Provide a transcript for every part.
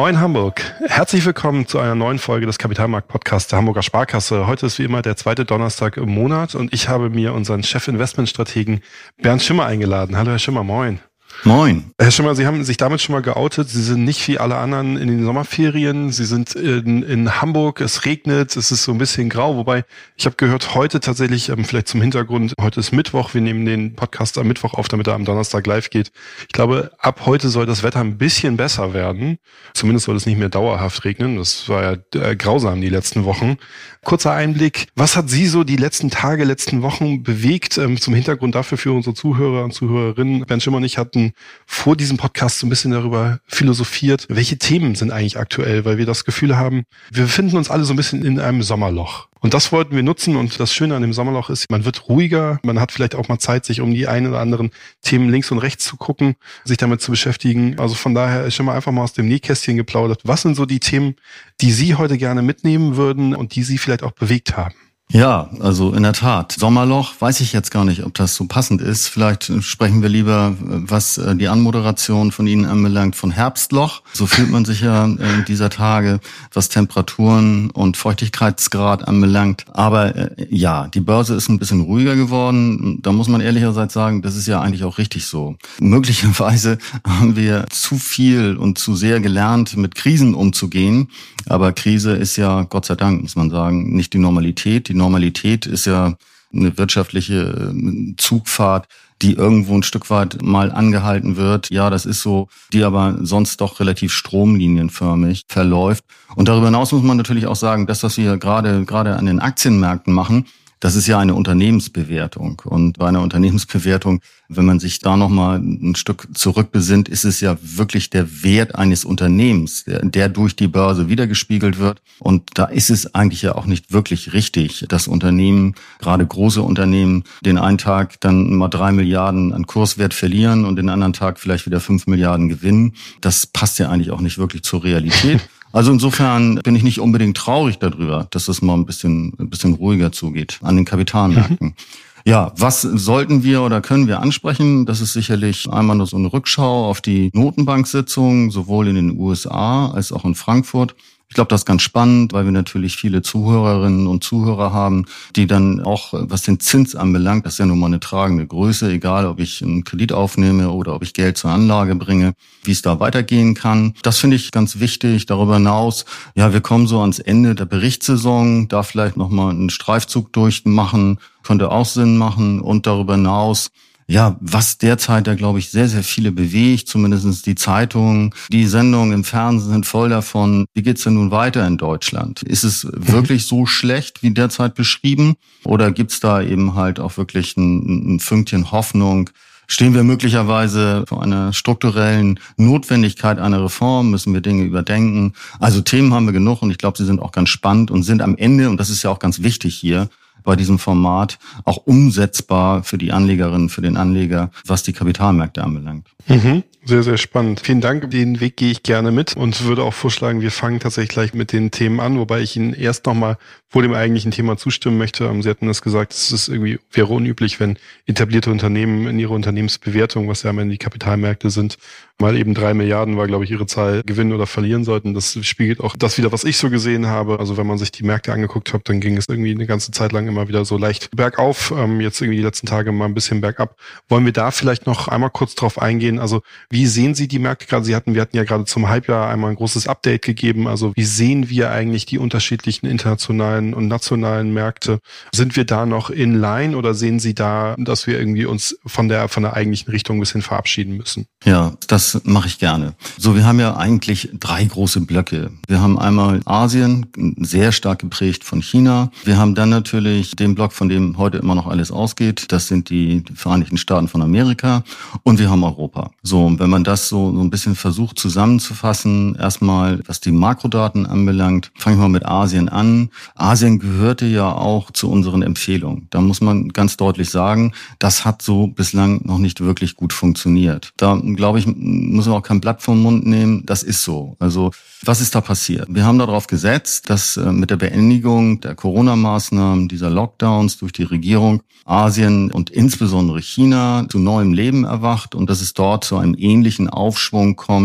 Moin Hamburg. Herzlich willkommen zu einer neuen Folge des Kapitalmarkt-Podcasts der Hamburger Sparkasse. Heute ist wie immer der zweite Donnerstag im Monat und ich habe mir unseren Chef-Investmentstrategen Bernd Schimmer eingeladen. Hallo Herr Schimmer, moin. Moin. Herr Schimmer, Sie haben sich damit schon mal geoutet. Sie sind nicht wie alle anderen in den Sommerferien. Sie sind in Hamburg. Es regnet. Es ist so ein bisschen grau. Wobei, ich habe gehört, heute tatsächlich, vielleicht zum Hintergrund, heute ist Mittwoch. Wir nehmen den Podcast am Mittwoch auf, damit er am Donnerstag live geht. Ich glaube, ab heute soll das Wetter ein bisschen besser werden. Zumindest soll es nicht mehr dauerhaft regnen. Das war ja grausam die letzten Wochen. Kurzer Einblick. Was hat Sie so die letzten Tage, letzten Wochen bewegt? Zum Hintergrund dafür für unsere Zuhörer und Zuhörerinnen. Bernd Schimmer und ich hatten vor diesem Podcast so ein bisschen darüber philosophiert, welche Themen sind eigentlich aktuell, weil wir das Gefühl haben, wir befinden uns alle so ein bisschen in einem Sommerloch. Und das wollten wir nutzen und das Schöne an dem Sommerloch ist, man wird ruhiger, man hat vielleicht auch mal Zeit, sich um die ein oder anderen Themen links und rechts zu gucken, sich damit zu beschäftigen. Also von daher ist schon mal einfach mal aus dem Nähkästchen geplaudert. Was sind so die Themen, die Sie heute gerne mitnehmen würden und die Sie vielleicht auch bewegt haben? Ja, also in der Tat. Sommerloch, weiß ich jetzt gar nicht, ob das so passend ist. Vielleicht sprechen wir lieber, was die Anmoderation von Ihnen anbelangt, von Herbstloch. So fühlt man sich ja in dieser Tage, was Temperaturen und Feuchtigkeitsgrad anbelangt. Aber ja, die Börse ist ein bisschen ruhiger geworden. Da muss man ehrlicherseits sagen, das ist ja eigentlich auch richtig so. Möglicherweise haben wir zu viel und zu sehr gelernt, mit Krisen umzugehen. Aber Krise ist ja, Gott sei Dank, muss man sagen, nicht die Normalität. Die Normalität ist ja eine wirtschaftliche Zugfahrt, die irgendwo ein Stück weit mal angehalten wird. Ja, das ist so, die aber sonst doch relativ stromlinienförmig verläuft. Und darüber hinaus muss man natürlich auch sagen, das, was wir gerade an den Aktienmärkten machen, das ist ja eine Unternehmensbewertung. Und bei einer Unternehmensbewertung, wenn man sich da nochmal ein Stück zurückbesinnt, ist es ja wirklich der Wert eines Unternehmens, der durch die Börse wiedergespiegelt wird. Und da ist es eigentlich ja auch nicht wirklich richtig, dass Unternehmen, gerade große Unternehmen, den einen Tag dann mal 3 Milliarden an Kurswert verlieren und den anderen Tag vielleicht wieder 5 Milliarden gewinnen. Das passt ja eigentlich auch nicht wirklich zur Realität. Also insofern bin ich nicht unbedingt traurig darüber, dass es mal ein bisschen ruhiger zugeht an den Kapitalmärkten. Ja, was sollten wir oder können wir ansprechen? Das ist sicherlich einmal nur so eine Rückschau auf die Notenbank-Sitzung, sowohl in den USA als auch in Frankfurt. Ich glaube, das ist ganz spannend, weil wir natürlich viele Zuhörerinnen und Zuhörer haben, die dann auch, was den Zins anbelangt, das ist ja nun mal eine tragende Größe, egal ob ich einen Kredit aufnehme oder ob ich Geld zur Anlage bringe, wie es da weitergehen kann. Das finde ich ganz wichtig. Darüber hinaus, ja, wir kommen so ans Ende der Berichtssaison, da vielleicht nochmal einen Streifzug durchmachen, könnte auch Sinn machen. Und darüber hinaus, ja, was derzeit da, glaube ich, sehr, sehr viele bewegt, zumindest die Zeitungen, die Sendungen im Fernsehen sind voll davon. Wie geht's denn nun weiter in Deutschland? Ist es wirklich so schlecht, wie derzeit beschrieben? Oder gibt's da eben halt auch wirklich ein Fünkchen Hoffnung? Stehen wir möglicherweise vor einer strukturellen Notwendigkeit einer Reform? Müssen wir Dinge überdenken? Also Themen haben wir genug und ich glaube, sie sind auch ganz spannend und sind am Ende, und das ist ja auch ganz wichtig hier, bei diesem Format auch umsetzbar für die Anlegerinnen, für den Anleger, was die Kapitalmärkte anbelangt. Sehr, sehr spannend. Vielen Dank. Den Weg gehe ich gerne mit und würde auch vorschlagen, wir fangen tatsächlich gleich mit den Themen an, wobei ich Ihnen erst nochmal vor dem eigentlichen Thema zustimmen möchte. Sie hatten das gesagt, wäre unüblich, wenn etablierte Unternehmen in ihrer Unternehmensbewertung, was ja am Ende die Kapitalmärkte sind, mal eben 3 Milliarden war, glaube ich, ihre Zahl, gewinnen oder verlieren sollten. Das spiegelt auch das wieder, was ich so gesehen habe. Also wenn man sich die Märkte angeguckt hat, dann ging es irgendwie eine ganze Zeit lang immer wieder so leicht bergauf. Jetzt irgendwie die letzten Tage mal ein bisschen bergab. Wollen wir da vielleicht noch einmal kurz drauf eingehen? Also wie sehen Sie die Märkte gerade? Wir hatten ja gerade zum Halbjahr einmal ein großes Update gegeben. Also wie sehen wir eigentlich die unterschiedlichen internationalen und nationalen Märkte? Sind wir da noch in line oder sehen Sie da, dass wir irgendwie uns von der eigentlichen Richtung ein bisschen verabschieden müssen? Ja, das mache ich gerne. So, wir haben ja eigentlich 3 große Blöcke. Wir haben einmal Asien, sehr stark geprägt von China. Wir haben dann natürlich den Block, von dem heute immer noch alles ausgeht. Das sind die Vereinigten Staaten von Amerika. Und wir haben Europa. So, und wenn man das so ein bisschen versucht zusammenzufassen, erstmal, was die Makrodaten anbelangt, fange ich mal mit Asien an. Asien gehörte ja auch zu unseren Empfehlungen. Da muss man ganz deutlich sagen, das hat so bislang noch nicht wirklich gut funktioniert. Da, glaube ich, muss man auch kein Blatt vom Mund nehmen. Das ist so. Also, was ist da passiert? Wir haben darauf gesetzt, dass mit der Beendigung der Corona-Maßnahmen, dieser Lockdowns durch die Regierung, Asien und insbesondere China zu neuem Leben erwacht und dass es dort zu einem ähnlichen Aufschwung kommt,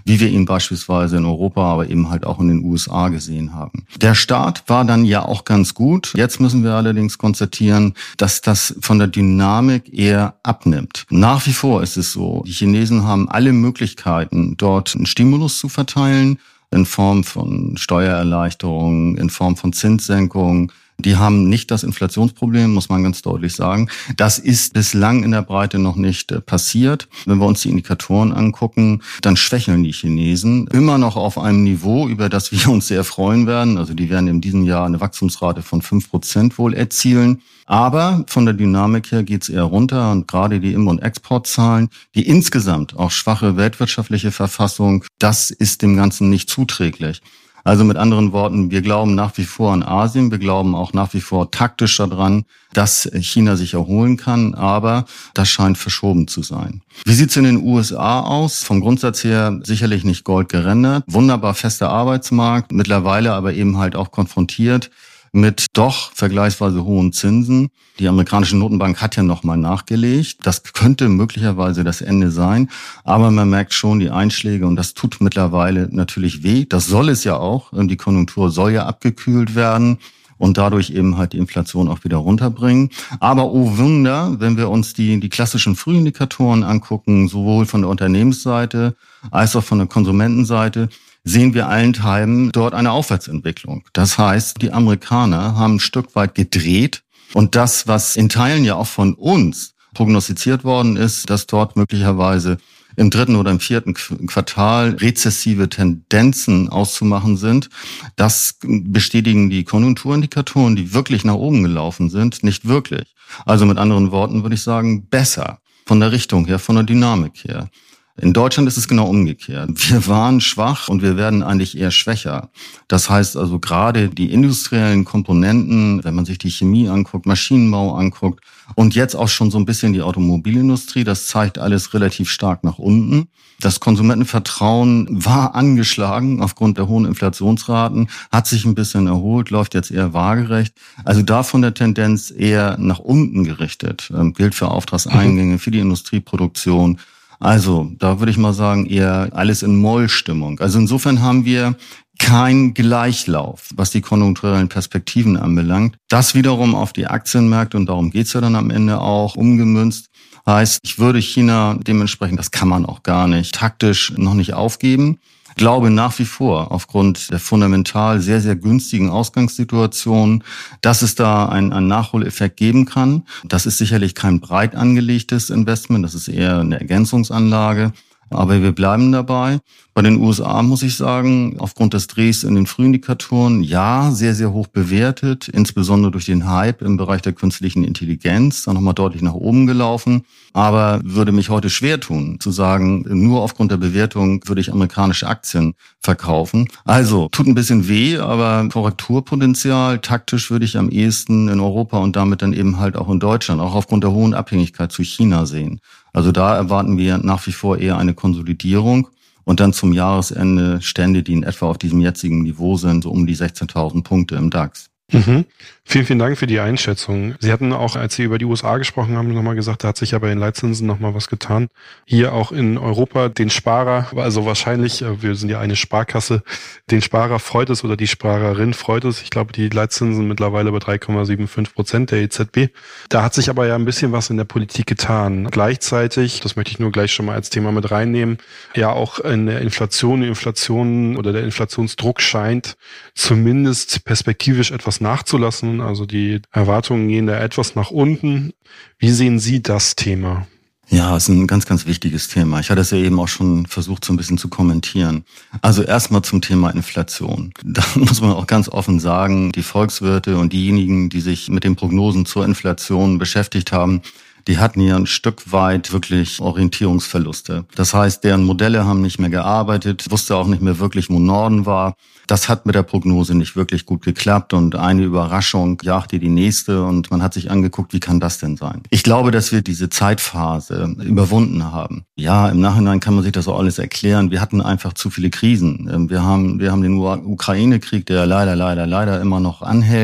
wie wir ihn beispielsweise in Europa, aber eben halt auch in den USA gesehen haben. Der Start war dann ja auch ganz gut. Jetzt müssen wir allerdings konstatieren, dass das von der Dynamik eher abnimmt. Nach wie vor ist es so, die Chinesen haben alle Möglichkeiten, dort einen Stimulus zu verteilen, in Form von Steuererleichterungen, in Form von Zinssenkungen. Die haben nicht das Inflationsproblem, muss man ganz deutlich sagen. Das ist bislang in der Breite noch nicht passiert. Wenn wir uns die Indikatoren angucken, dann schwächeln die Chinesen immer noch auf einem Niveau, über das wir uns sehr freuen werden. Also die werden in diesem Jahr eine Wachstumsrate von 5% wohl erzielen. Aber von der Dynamik her geht's eher runter und gerade die Im- und Exportzahlen, die insgesamt auch schwache weltwirtschaftliche Verfassung, das ist dem Ganzen nicht zuträglich. Also mit anderen Worten, wir glauben nach wie vor an Asien, wir glauben auch nach wie vor taktisch daran, dass China sich erholen kann, aber das scheint verschoben zu sein. Wie sieht's in den USA aus? Vom Grundsatz her sicherlich nicht goldgerendert, wunderbar fester Arbeitsmarkt, mittlerweile aber eben halt auch konfrontiert mit doch vergleichsweise hohen Zinsen. Die amerikanische Notenbank hat ja nochmal nachgelegt. Das könnte möglicherweise das Ende sein. Aber man merkt schon die Einschläge und das tut mittlerweile natürlich weh. Das soll es ja auch. Die Konjunktur soll ja abgekühlt werden und dadurch eben halt die Inflation auch wieder runterbringen. Aber oh Wunder, wenn wir uns die klassischen Frühindikatoren angucken, sowohl von der Unternehmensseite als auch von der Konsumentenseite, sehen wir allenthalben dort eine Aufwärtsentwicklung. Das heißt, die Amerikaner haben ein Stück weit gedreht und das, was in Teilen ja auch von uns prognostiziert worden ist, dass dort möglicherweise im 3. oder im 4. Quartal rezessive Tendenzen auszumachen sind, das bestätigen die Konjunkturindikatoren, die wirklich nach oben gelaufen sind, nicht wirklich. Also mit anderen Worten würde ich sagen, besser von der Richtung her, von der Dynamik her. In Deutschland ist es genau umgekehrt. Wir waren schwach und wir werden eigentlich eher schwächer. Das heißt also gerade die industriellen Komponenten, wenn man sich die Chemie anguckt, Maschinenbau anguckt und jetzt auch schon so ein bisschen die Automobilindustrie, das zeigt alles relativ stark nach unten. Das Konsumentenvertrauen war angeschlagen aufgrund der hohen Inflationsraten, hat sich ein bisschen erholt, läuft jetzt eher waagerecht. Also da von der Tendenz eher nach unten gerichtet. Gilt für Auftragseingänge, für die Industrieproduktion. Also, da würde ich mal sagen, eher alles in Mollstimmung. Also insofern haben wir kein Gleichlauf, was die konjunkturellen Perspektiven anbelangt. Das wiederum auf die Aktienmärkte, und darum geht's ja dann am Ende auch, umgemünzt. Heißt, ich würde China dementsprechend, das kann man auch gar nicht, taktisch noch nicht aufgeben. Glaube nach wie vor, aufgrund der fundamental sehr, sehr günstigen Ausgangssituation, dass es da einen Nachholeffekt geben kann. Das ist sicherlich kein breit angelegtes Investment, das ist eher eine Ergänzungsanlage. Aber wir bleiben dabei. Bei den USA muss ich sagen, aufgrund des Drehs in den Frühindikatoren, ja, sehr, sehr hoch bewertet, insbesondere durch den Hype im Bereich der künstlichen Intelligenz, dann nochmal deutlich nach oben gelaufen. Aber würde mich heute schwer tun, zu sagen, nur aufgrund der Bewertung würde ich amerikanische Aktien verkaufen. Also, tut ein bisschen weh, aber Korrekturpotenzial, taktisch würde ich am ehesten in Europa und damit dann eben halt auch in Deutschland, auch aufgrund der hohen Abhängigkeit zu China sehen. Also da erwarten wir nach wie vor eher eine Konsolidierung und dann zum Jahresende Stände, die in etwa auf diesem jetzigen Niveau sind, so um die 16.000 Punkte im DAX. Mhm. Vielen, vielen Dank für die Einschätzung. Sie hatten auch, als Sie über die USA gesprochen haben, nochmal gesagt, da hat sich ja bei den Leitzinsen nochmal was getan. Hier auch in Europa den Sparer, also wahrscheinlich, wir sind ja eine Sparkasse, den Sparer freut es oder die Sparerin freut es. Ich glaube, die Leitzinsen mittlerweile bei 3,75% der EZB. Da hat sich aber ja ein bisschen was in der Politik getan. Gleichzeitig, das möchte ich nur gleich schon mal als Thema mit reinnehmen, ja auch in der Inflation oder der Inflationsdruck scheint zumindest perspektivisch etwas nachzulassen. Also die Erwartungen gehen da etwas nach unten. Wie sehen Sie das Thema? Ja, ist ein ganz, ganz wichtiges Thema. Ich hatte es ja eben auch schon versucht, so ein bisschen zu kommentieren. Also erstmal zum Thema Inflation. Da muss man auch ganz offen sagen, die Volkswirte und diejenigen, die sich mit den Prognosen zur Inflation beschäftigt haben, die hatten ja ein Stück weit wirklich Orientierungsverluste. Das heißt, deren Modelle haben nicht mehr gearbeitet, wusste auch nicht mehr wirklich, wo Norden war. Das hat mit der Prognose nicht wirklich gut geklappt und eine Überraschung jagte die nächste und man hat sich angeguckt, wie kann das denn sein? Ich glaube, dass wir diese Zeitphase überwunden haben. Ja, im Nachhinein kann man sich das auch alles erklären. Wir hatten einfach zu viele Krisen. Wir haben den Ukraine-Krieg, der leider immer noch anhält.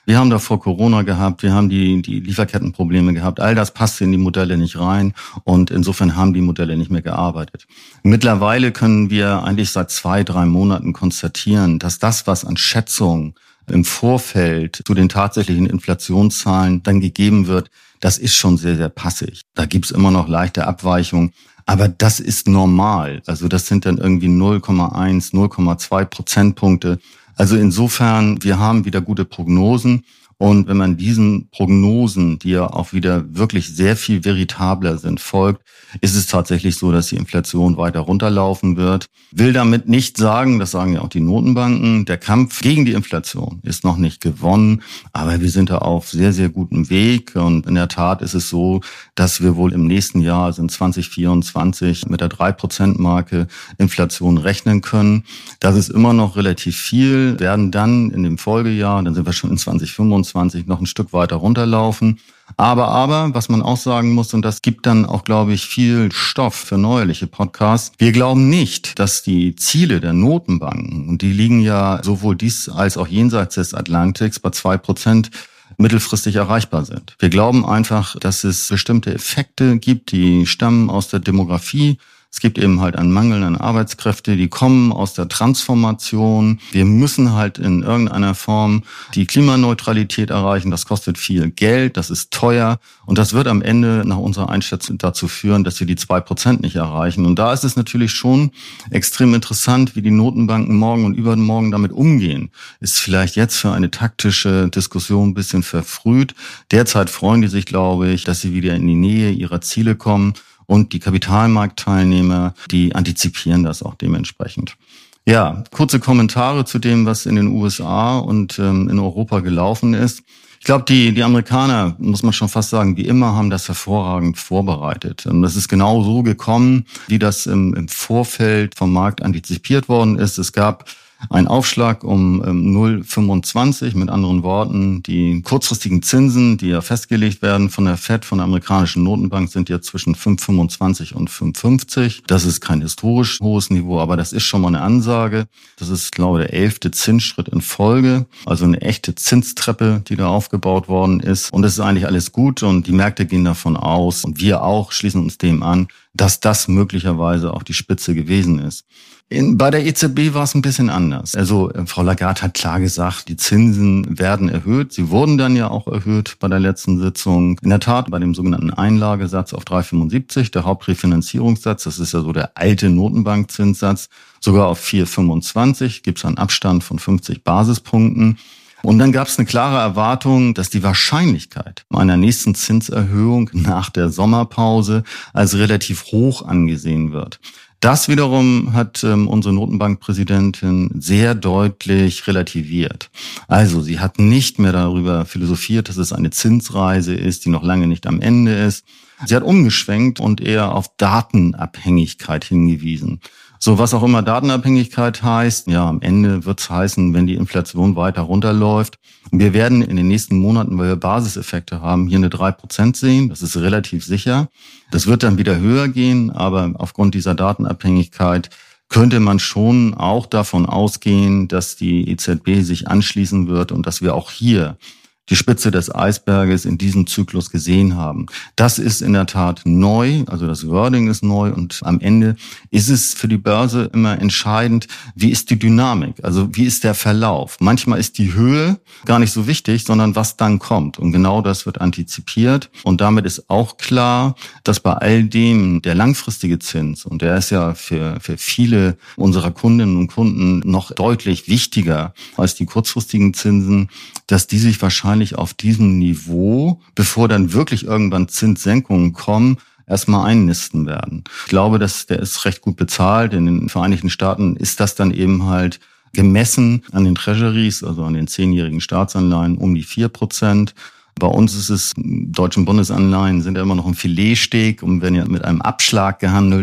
Wir haben davor Corona gehabt, wir haben die Lieferkettenprobleme gehabt. All das passte in die Modelle nicht rein und insofern haben die Modelle nicht mehr gearbeitet. Mittlerweile können wir eigentlich seit 2-3 Monaten konstatieren, dass das, was an Schätzungen im Vorfeld zu den tatsächlichen Inflationszahlen dann gegeben wird, das ist schon sehr, sehr passig. Da gibt's immer noch leichte Abweichungen, aber das ist normal. Also das sind dann irgendwie 0,1, 0,2 Prozentpunkte. Also insofern, wir haben wieder gute Prognosen. Und wenn man diesen Prognosen, die ja auch wieder wirklich sehr viel veritabler sind, folgt, ist es tatsächlich so, dass die Inflation weiter runterlaufen wird. Will damit nicht sagen, das sagen ja auch die Notenbanken, der Kampf gegen die Inflation ist noch nicht gewonnen, aber wir sind da auf sehr, sehr gutem Weg. Und in der Tat ist es so, dass wir wohl im nächsten Jahr, also in 2024, mit der 3%-Marke Inflation rechnen können. Das ist immer noch relativ viel, werden dann in dem Folgejahr, dann sind wir schon in 2025, noch ein Stück weiter runterlaufen. Aber, was man auch sagen muss, und das gibt dann auch, glaube ich, viel Stoff für neuerliche Podcasts, wir glauben nicht, dass die Ziele der Notenbanken, und die liegen ja sowohl dies als auch jenseits des Atlantiks bei 2%, mittelfristig erreichbar sind. Wir glauben einfach, dass es bestimmte Effekte gibt, die stammen aus der Demografie. Es gibt eben halt einen Mangel an Arbeitskräfte, die kommen aus der Transformation. Wir müssen halt in irgendeiner Form die Klimaneutralität erreichen. Das kostet viel Geld, das ist teuer und das wird am Ende nach unserer Einschätzung dazu führen, dass wir die 2% nicht erreichen. Und da ist es natürlich schon extrem interessant, wie die Notenbanken morgen und übermorgen damit umgehen. Ist vielleicht jetzt für eine taktische Diskussion ein bisschen verfrüht. Derzeit freuen die sich, glaube ich, dass sie wieder in die Nähe ihrer Ziele kommen. Und die Kapitalmarktteilnehmer, die antizipieren das auch dementsprechend. Ja, kurze Kommentare zu dem, was in den USA und in Europa gelaufen ist. Ich glaube, die Amerikaner, muss man schon fast sagen, wie immer, haben das hervorragend vorbereitet. Das ist genau so gekommen, wie das im Vorfeld vom Markt antizipiert worden ist. Es gab ein Aufschlag um 0,25, mit anderen Worten, die kurzfristigen Zinsen, die ja festgelegt werden von der Fed, von der amerikanischen Notenbank, sind jetzt zwischen 5,25 und 5,50. Das ist kein historisch hohes Niveau, aber das ist schon mal eine Ansage. Das ist, glaube ich, der 11. Zinsschritt in Folge, also eine echte Zinstreppe, die da aufgebaut worden ist. Und das ist eigentlich alles gut und die Märkte gehen davon aus und wir auch schließen uns dem an, dass das möglicherweise auch die Spitze gewesen ist. Bei der EZB war es ein bisschen anders. Also Frau Lagarde hat klar gesagt, die Zinsen werden erhöht. Sie wurden dann ja auch erhöht bei der letzten Sitzung. In der Tat bei dem sogenannten Einlagesatz auf 3,75, der Hauptrefinanzierungssatz, das ist ja so der alte Notenbankzinssatz, sogar auf 4,25, gibt es einen Abstand von 50 Basispunkten. Und dann gab es eine klare Erwartung, dass die Wahrscheinlichkeit einer nächsten Zinserhöhung nach der Sommerpause als relativ hoch angesehen wird. Das wiederum hat unsere Notenbankpräsidentin sehr deutlich relativiert. Also sie hat nicht mehr darüber philosophiert, dass es eine Zinsreise ist, die noch lange nicht am Ende ist. Sie hat umgeschwenkt und eher auf Datenabhängigkeit hingewiesen. So, was auch immer Datenabhängigkeit heißt, ja, am Ende wird es heißen, wenn die Inflation weiter runterläuft. Wir werden in den nächsten Monaten, weil wir Basiseffekte haben, hier eine 3% sehen. Das ist relativ sicher. Das wird dann wieder höher gehen, aber aufgrund dieser Datenabhängigkeit könnte man schon auch davon ausgehen, dass die EZB sich anschließen wird und dass wir auch hier die Spitze des Eisberges in diesem Zyklus gesehen haben. Das ist in der Tat neu, also das Wording ist neu und am Ende ist es für die Börse immer entscheidend, wie ist die Dynamik, also wie ist der Verlauf. Manchmal ist die Höhe gar nicht so wichtig, sondern was dann kommt und genau das wird antizipiert und damit ist auch klar, dass bei all dem der langfristige Zins, und der ist ja für viele unserer Kundinnen und Kunden noch deutlich wichtiger als die kurzfristigen Zinsen, dass die sich wahrscheinlich auf diesem Niveau, bevor dann wirklich irgendwann Zinssenkungen kommen, erstmal einnisten werden. Ich glaube, dass der ist recht gut bezahlt. In den Vereinigten Staaten ist das dann eben halt gemessen an den Treasuries, also an den 10-jährigen Staatsanleihen, um die 4%. Bei uns ist es, deutschen Bundesanleihen sind ja immer noch ein Filetsteg und werden ja mit einem Abschlag gehandelt.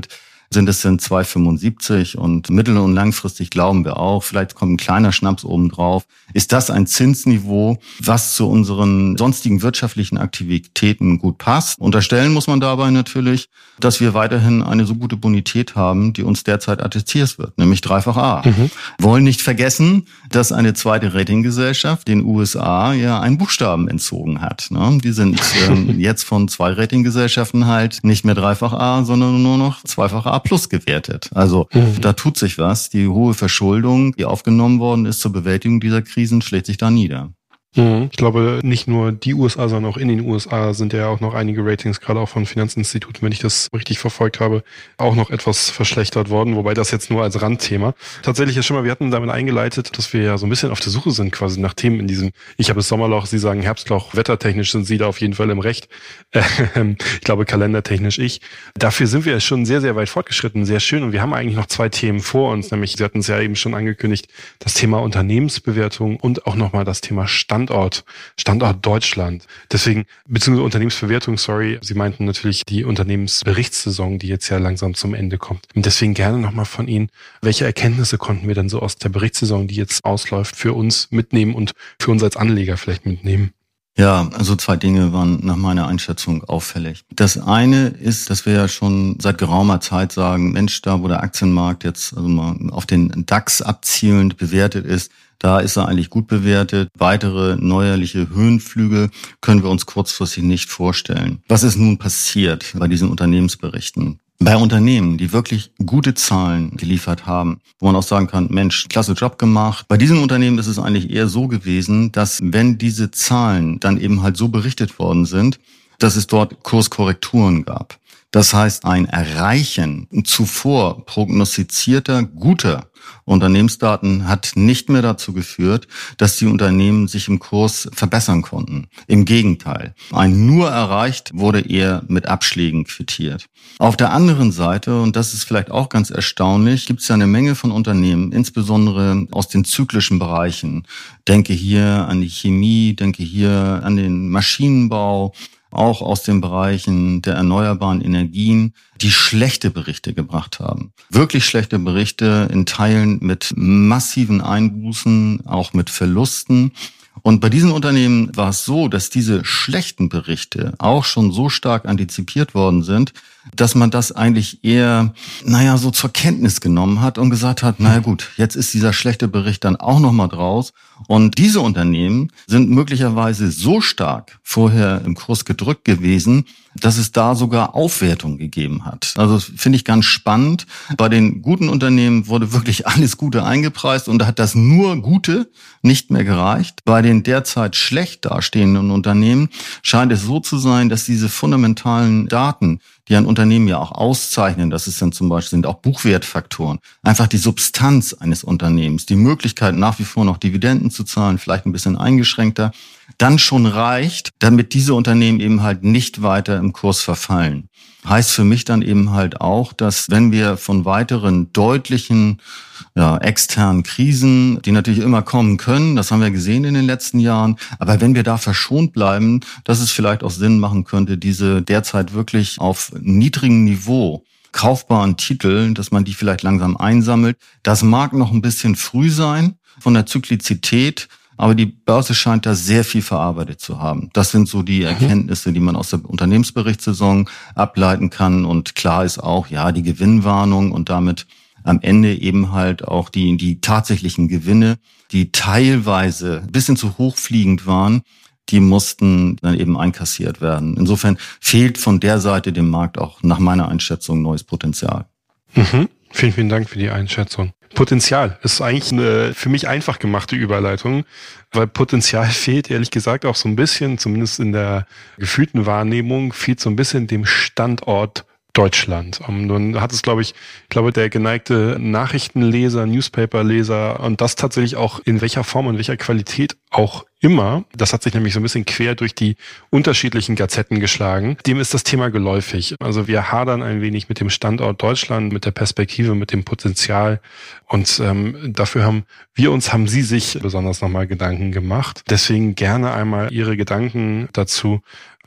sind es 2,75 und mittel- und langfristig glauben wir auch, vielleicht kommt ein kleiner Schnaps obendrauf. Ist das ein Zinsniveau, was zu unseren sonstigen wirtschaftlichen Aktivitäten gut passt? Unterstellen muss man dabei natürlich, dass wir weiterhin eine so gute Bonität haben, die uns derzeit attestiert wird, nämlich dreifach A. Wollen nicht vergessen, dass eine zweite Ratinggesellschaft den USA ja einen Buchstaben entzogen hat. Ne? Die sind jetzt von 2 Ratinggesellschaften halt nicht mehr dreifach A, sondern nur noch zweifach A plus gewertet. Also da tut sich was. Die hohe Verschuldung, die aufgenommen worden ist zur Bewältigung dieser Krisen, schlägt sich da nieder. Ich glaube, nicht nur die USA, sondern auch in den USA sind ja auch noch einige Ratings, gerade auch von Finanzinstituten, wenn ich das richtig verfolgt habe, auch noch etwas verschlechtert worden, wobei das jetzt nur als Randthema. Tatsächlich ist schon mal, wir hatten damit eingeleitet, dass wir ja so ein bisschen auf der Suche sind quasi nach Themen in diesem, ich habe das Sommerloch, Sie sagen Herbstloch, wettertechnisch sind Sie da auf jeden Fall im Recht. Ich glaube, kalendertechnisch ich. Dafür sind wir schon sehr, sehr weit fortgeschritten, sehr schön, und wir haben eigentlich noch 2 Themen vor uns, nämlich, Sie hatten es ja eben schon angekündigt, das Thema Unternehmensbewertung und auch nochmal das Thema Standort Deutschland. Deswegen, beziehungsweise Unternehmensbewertung, Sie meinten natürlich die Unternehmensberichtssaison, die jetzt ja langsam zum Ende kommt. Und deswegen gerne nochmal von Ihnen, welche Erkenntnisse konnten wir denn so aus der Berichtssaison, die jetzt ausläuft, für uns mitnehmen und für uns als Anleger vielleicht mitnehmen? Ja, also 2 Dinge waren nach meiner Einschätzung auffällig. Das eine ist, dass wir ja schon seit geraumer Zeit sagen, Mensch, da wo der Aktienmarkt jetzt also mal auf den DAX abzielend bewertet ist, da ist er eigentlich gut bewertet. Weitere neuerliche Höhenflüge können wir uns kurzfristig nicht vorstellen. Was ist nun passiert bei diesen Unternehmensberichten? Bei Unternehmen, die wirklich gute Zahlen geliefert haben, wo man auch sagen kann, Mensch, klasse Job gemacht. Bei diesen Unternehmen ist es eigentlich eher so gewesen, dass wenn diese Zahlen dann eben halt so berichtet worden sind, dass es dort Kurskorrekturen gab. Das heißt, ein Erreichen zuvor prognostizierter, guter Unternehmensdaten hat nicht mehr dazu geführt, dass die Unternehmen sich im Kurs verbessern konnten. Im Gegenteil. Ein nur erreicht wurde eher mit Abschlägen quittiert. Auf der anderen Seite, und das ist vielleicht auch ganz erstaunlich, gibt es ja eine Menge von Unternehmen, insbesondere aus den zyklischen Bereichen. Denke hier an die Chemie, denke hier an den Maschinenbau, auch aus den Bereichen der erneuerbaren Energien, die schlechte Berichte gebracht haben. Wirklich schlechte Berichte, in Teilen mit massiven Einbußen, auch mit Verlusten. Und bei diesen Unternehmen war es so, dass diese schlechten Berichte auch schon so stark antizipiert worden sind, dass man das eigentlich eher, so zur Kenntnis genommen hat und gesagt hat, gut, jetzt ist dieser schlechte Bericht dann auch nochmal draus. Und diese Unternehmen sind möglicherweise so stark vorher im Kurs gedrückt gewesen, dass es da sogar Aufwertung gegeben hat. Also finde ich ganz spannend. Bei den guten Unternehmen wurde wirklich alles Gute eingepreist und da hat das nur Gute nicht mehr gereicht. Bei den derzeit schlecht dastehenden Unternehmen scheint es so zu sein, dass diese fundamentalen Daten, die ein Unternehmen ja auch auszeichnen, das ist dann zum Beispiel, sind auch Buchwertfaktoren, einfach die Substanz eines Unternehmens, die Möglichkeit nach wie vor noch Dividenden zu zahlen, vielleicht ein bisschen eingeschränkter, dann schon reicht, damit diese Unternehmen eben halt nicht weiter im Kurs verfallen. Heißt für mich dann eben halt auch, dass wenn wir von weiteren deutlichen externen Krisen, die natürlich immer kommen können, das haben wir gesehen in den letzten Jahren, aber wenn wir da verschont bleiben, dass es vielleicht auch Sinn machen könnte, diese derzeit wirklich auf niedrigem Niveau kaufbaren Titel, dass man die vielleicht langsam einsammelt. Das mag noch ein bisschen früh sein von der Zyklizität, aber die Börse scheint da sehr viel verarbeitet zu haben. Das sind so die Erkenntnisse, die man aus der Unternehmensberichtssaison ableiten kann. Und klar ist auch, die Gewinnwarnung und damit am Ende eben halt auch die tatsächlichen Gewinne, die teilweise ein bisschen zu hochfliegend waren, die mussten dann eben einkassiert werden. Insofern fehlt von der Seite dem Markt auch nach meiner Einschätzung neues Potenzial. Vielen, vielen Dank für die Einschätzung. Potenzial ist eigentlich eine für mich einfach gemachte Überleitung, weil Potenzial fehlt, ehrlich gesagt, auch so ein bisschen, zumindest in der gefühlten Wahrnehmung, fehlt so ein bisschen dem Standort Deutschland. Nun hat es, glaube ich, der geneigte Nachrichtenleser, Newspaperleser und das tatsächlich auch in welcher Form und welcher Qualität auch immer. Das hat sich nämlich so ein bisschen quer durch die unterschiedlichen Gazetten geschlagen. Dem ist das Thema geläufig. Also wir hadern ein wenig mit dem Standort Deutschland, mit der Perspektive, mit dem Potenzial und dafür haben Sie sich besonders nochmal Gedanken gemacht. Deswegen gerne einmal Ihre Gedanken dazu.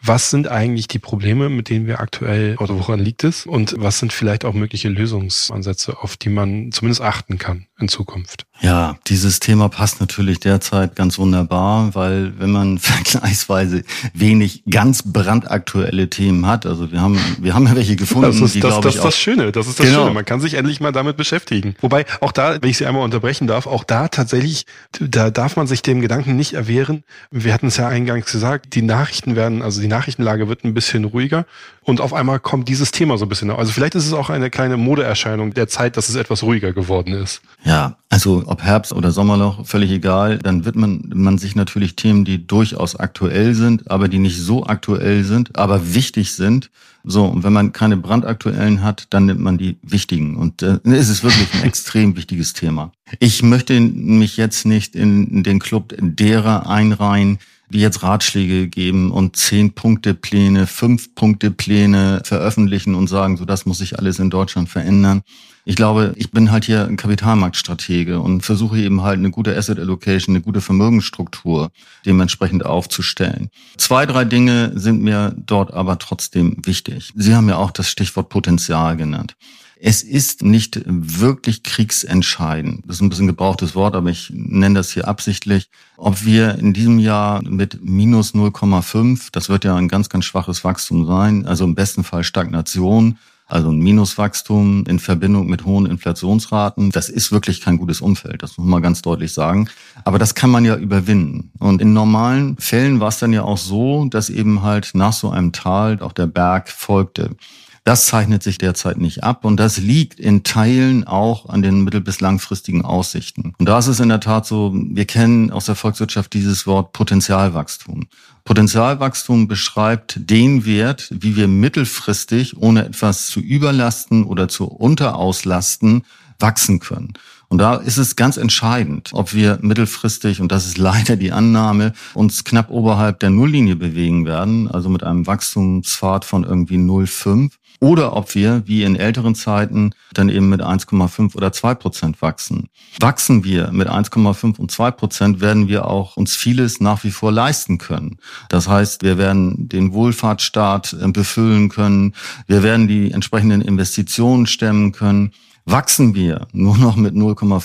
Was sind eigentlich die Probleme, mit denen wir aktuell, oder woran liegt es? Und was sind vielleicht auch mögliche Lösungsansätze, auf die man zumindest achten kann in Zukunft? Ja, dieses Thema passt natürlich derzeit ganz wunderbar, weil wenn man vergleichsweise wenig ganz brandaktuelle Themen hat, also wir haben ja welche gefunden, das ist die glaube ich auch das Schöne. Das ist das genau. Schöne. Man kann sich endlich mal damit beschäftigen. Wobei auch da, wenn ich Sie einmal unterbrechen darf, auch da tatsächlich, da darf man sich dem Gedanken nicht erwehren. Wir hatten es ja eingangs gesagt, die Nachrichtenlage wird ein bisschen ruhiger und auf einmal kommt dieses Thema so ein bisschen. Also vielleicht ist es auch eine kleine Modeerscheinung der Zeit, dass es etwas ruhiger geworden ist. Ja, also ob Herbst oder Sommerloch, völlig egal, dann wird man sich natürlich Themen, die durchaus aktuell sind, aber die nicht so aktuell sind, aber wichtig sind. So, und wenn man keine brandaktuellen hat, dann nimmt man die wichtigen. Und es ist wirklich ein extrem wichtiges Thema. Ich möchte mich jetzt nicht in den Club derer einreihen, die jetzt Ratschläge geben und 10-Punkte-Pläne, 5-Punkte-Pläne veröffentlichen und sagen, so das muss sich alles in Deutschland verändern. Ich glaube, ich bin halt hier ein Kapitalmarktstratege und versuche eben halt eine gute Asset Allocation, eine gute Vermögensstruktur dementsprechend aufzustellen. 2, 3 Dinge sind mir dort aber trotzdem wichtig. Sie haben ja auch das Stichwort Potenzial genannt. Es ist nicht wirklich kriegsentscheidend. Das ist ein bisschen gebrauchtes Wort, aber ich nenne das hier absichtlich. Ob wir in diesem Jahr mit minus 0,5, das wird ja ein ganz, ganz schwaches Wachstum sein, also im besten Fall Stagnation, also ein Minuswachstum in Verbindung mit hohen Inflationsraten, das ist wirklich kein gutes Umfeld, das muss man ganz deutlich sagen. Aber das kann man ja überwinden. Und in normalen Fällen war es dann ja auch so, dass eben halt nach so einem Tal auch der Berg folgte. Das zeichnet sich derzeit nicht ab und das liegt in Teilen auch an den mittel- bis langfristigen Aussichten. Und da ist es in der Tat so, wir kennen aus der Volkswirtschaft dieses Wort Potenzialwachstum. Potenzialwachstum beschreibt den Wert, wie wir mittelfristig, ohne etwas zu überlasten oder zu unterauslasten, wachsen können. Und da ist es ganz entscheidend, ob wir mittelfristig, und das ist leider die Annahme, uns knapp oberhalb der Nulllinie bewegen werden, also mit einem Wachstumspfad von irgendwie 0,5, oder ob wir, wie in älteren Zeiten, dann eben mit 1,5 oder 2% wachsen. Wachsen wir mit 1,5 und 2%, werden wir auch uns vieles nach wie vor leisten können. Das heißt, wir werden den Wohlfahrtsstaat befüllen können, wir werden die entsprechenden Investitionen stemmen können. Wachsen wir nur noch mit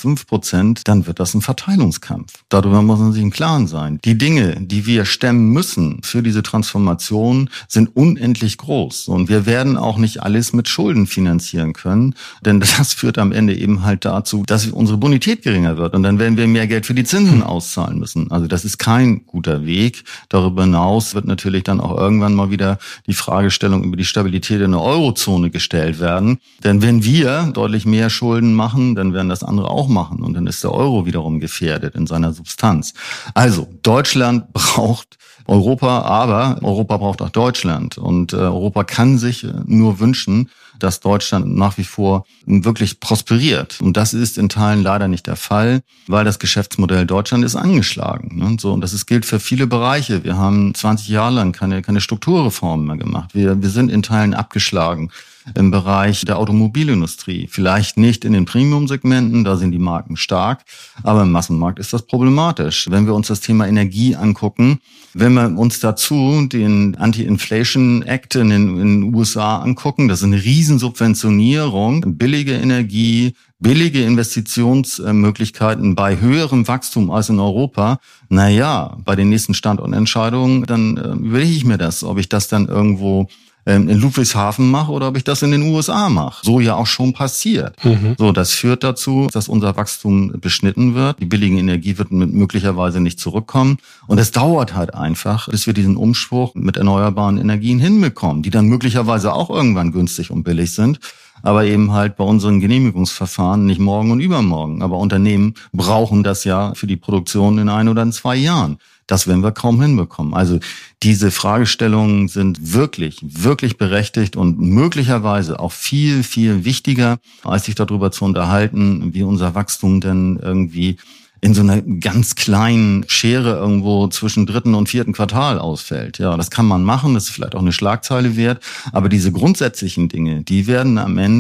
0,5%, dann wird das ein Verteilungskampf. Darüber muss man sich im Klaren sein. Die Dinge, die wir stemmen müssen für diese Transformation, sind unendlich groß. Und wir werden auch nicht alles mit Schulden finanzieren können, denn das führt am Ende eben halt dazu, dass unsere Bonität geringer wird. Und dann werden wir mehr Geld für die Zinsen auszahlen müssen. Also das ist kein guter Weg. Darüber hinaus wird natürlich dann auch irgendwann mal wieder die Fragestellung über die Stabilität in der Eurozone gestellt werden. Denn wenn wir deutlich mehr Schulden machen, dann werden das andere auch machen und dann ist der Euro wiederum gefährdet in seiner Substanz. Also Deutschland braucht Europa, aber Europa braucht auch Deutschland und Europa kann sich nur wünschen, dass Deutschland nach wie vor wirklich prosperiert. Und das ist in Teilen leider nicht der Fall, weil das Geschäftsmodell Deutschland ist angeschlagen. Ne? So, und das gilt für viele Bereiche. Wir haben 20 Jahre lang keine Strukturreformen mehr gemacht. Wir sind in Teilen abgeschlagen im Bereich der Automobilindustrie. Vielleicht nicht in den Premium-Segmenten, da sind die Marken stark, aber im Massenmarkt ist das problematisch. Wenn wir uns das Thema Energie angucken, wenn wir uns dazu den Anti-Inflation Act in den USA angucken, das ist eine Riesensubventionierung, billige Energie, billige Investitionsmöglichkeiten bei höherem Wachstum als in Europa. Naja, bei den nächsten Standortentscheidungen, dann überlege ich mir das, ob ich das dann irgendwo in Ludwigshafen mache oder ob ich das in den USA mache. So ja auch schon passiert. So, das führt dazu, dass unser Wachstum beschnitten wird. Die billige Energie wird möglicherweise nicht zurückkommen. Und es dauert halt einfach, bis wir diesen Umschwung mit erneuerbaren Energien hinbekommen, die dann möglicherweise auch irgendwann günstig und billig sind. Aber eben halt bei unseren Genehmigungsverfahren nicht morgen und übermorgen. Aber Unternehmen brauchen das ja für die Produktion in 1 oder in 2 Jahren. Das werden wir kaum hinbekommen. Also diese Fragestellungen sind wirklich, wirklich berechtigt und möglicherweise auch viel, viel wichtiger, als sich darüber zu unterhalten, wie unser Wachstum denn irgendwie in so einer ganz kleinen Schere irgendwo zwischen 3. und 4. Quartal ausfällt. Ja, das kann man machen, das ist vielleicht auch eine Schlagzeile wert, aber diese grundsätzlichen Dinge, die werden am Ende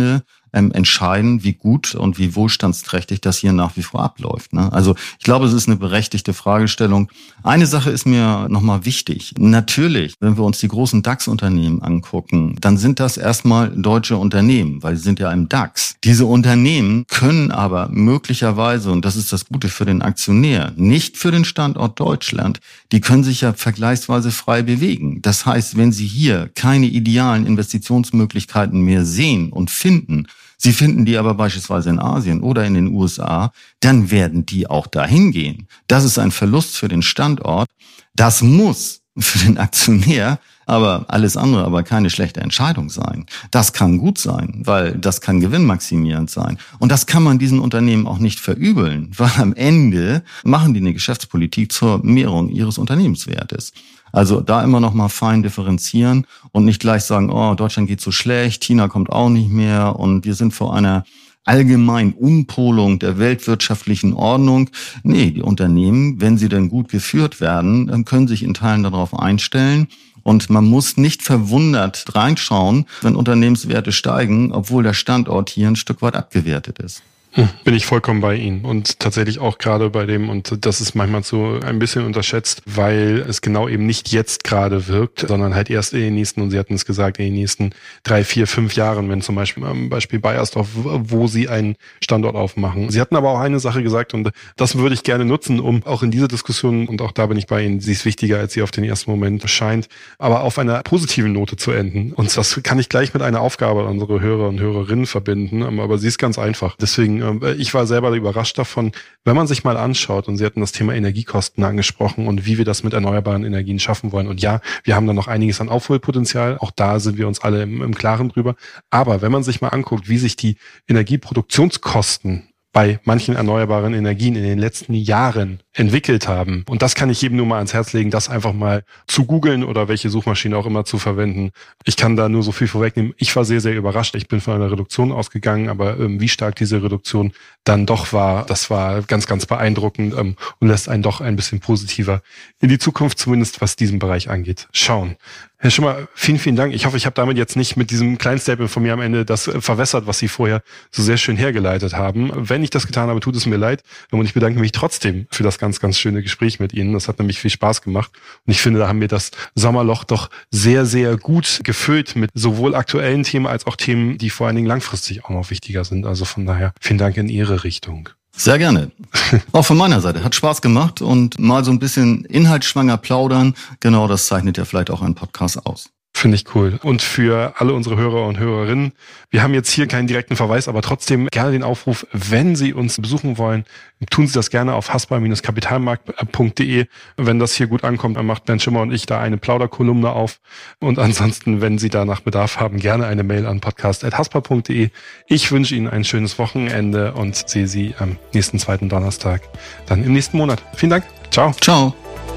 entscheiden, wie gut und wie wohlstandsträchtig das hier nach wie vor abläuft. Ne? Also ich glaube, es ist eine berechtigte Fragestellung. Eine Sache ist mir nochmal wichtig. Natürlich, wenn wir uns die großen DAX-Unternehmen angucken, dann sind das erstmal deutsche Unternehmen, weil sie sind ja im DAX. Diese Unternehmen können aber möglicherweise, und das ist das Gute für den Aktionär, nicht für den Standort Deutschland, die können sich ja vergleichsweise frei bewegen. Das heißt, wenn Sie hier keine idealen Investitionsmöglichkeiten mehr sehen und finden, Sie finden die aber beispielsweise in Asien oder in den USA, dann werden die auch dahin gehen. Das ist ein Verlust für den Standort. Das muss für den Aktionär aber alles andere aber keine schlechte Entscheidung sein. Das kann gut sein, weil das kann gewinnmaximierend sein. Und das kann man diesen Unternehmen auch nicht verübeln, weil am Ende machen die eine Geschäftspolitik zur Mehrung ihres Unternehmenswertes. Also da immer noch mal fein differenzieren und nicht gleich sagen, oh, Deutschland geht so schlecht, China kommt auch nicht mehr und wir sind vor einer allgemeinen Umpolung der weltwirtschaftlichen Ordnung. Nee, die Unternehmen, wenn sie denn gut geführt werden, dann können sich in Teilen darauf einstellen. Und man muss nicht verwundert reinschauen, wenn Unternehmenswerte steigen, obwohl der Standort hier ein Stück weit abgewertet ist. Bin ich vollkommen bei Ihnen und tatsächlich auch gerade bei dem, und das ist manchmal so ein bisschen unterschätzt, weil es genau eben nicht jetzt gerade wirkt, sondern halt erst in den nächsten, und Sie hatten es gesagt, in den nächsten 3, 4, 5 Jahren, wenn zum Beispiel Baiersdorf, wo Sie einen Standort aufmachen. Sie hatten aber auch eine Sache gesagt und das würde ich gerne nutzen, um auch in diese Diskussion, und auch da bin ich bei Ihnen, sie ist wichtiger, als sie auf den ersten Moment scheint, aber auf einer positiven Note zu enden. Und das kann ich gleich mit einer Aufgabe an unsere Hörer und Hörerinnen verbinden, aber sie ist ganz einfach. Deswegen ich war selber überrascht davon, wenn man sich mal anschaut, und Sie hatten das Thema Energiekosten angesprochen und wie wir das mit erneuerbaren Energien schaffen wollen. Und ja, wir haben da noch einiges an Aufholpotenzial. Auch da sind wir uns alle im Klaren drüber. Aber wenn man sich mal anguckt, wie sich die Energieproduktionskosten bei manchen erneuerbaren Energien in den letzten Jahren entwickelt haben. Und das kann ich jedem nur mal ans Herz legen, das einfach mal zu googeln oder welche Suchmaschine auch immer zu verwenden. Ich kann da nur so viel vorwegnehmen. Ich war sehr, sehr überrascht. Ich bin von einer Reduktion ausgegangen, aber wie stark diese Reduktion dann doch war, das war ganz, ganz beeindruckend und lässt einen doch ein bisschen positiver in die Zukunft, zumindest was diesen Bereich angeht, schauen. Herr Schimmer, vielen, vielen Dank. Ich hoffe, ich habe damit jetzt nicht mit diesem kleinen Statement von mir am Ende das verwässert, was Sie vorher so sehr schön hergeleitet haben. Wenn ich das getan habe, tut es mir leid. Und ich bedanke mich trotzdem für das ganz, ganz schöne Gespräch mit Ihnen. Das hat nämlich viel Spaß gemacht. Und ich finde, da haben wir das Sommerloch doch sehr, sehr gut gefüllt mit sowohl aktuellen Themen als auch Themen, die vor allen Dingen langfristig auch noch wichtiger sind. Also von daher vielen Dank in Ihre Richtung. Sehr gerne. Auch von meiner Seite. Hat Spaß gemacht und mal so ein bisschen inhaltsschwanger plaudern. Genau, das zeichnet ja vielleicht auch einen Podcast aus. Finde ich cool. Und für alle unsere Hörer und Hörerinnen, wir haben jetzt hier keinen direkten Verweis, aber trotzdem gerne den Aufruf, wenn Sie uns besuchen wollen, tun Sie das gerne auf haspa-kapitalmarkt.de. Wenn das hier gut ankommt, dann macht Bernd Schimmer und ich da eine Plauderkolumne auf. Und ansonsten, wenn Sie danach Bedarf haben, gerne eine Mail an podcast@haspa.de. Ich wünsche Ihnen ein schönes Wochenende und sehe Sie am nächsten zweiten Donnerstag dann im nächsten Monat. Vielen Dank. Ciao. Ciao.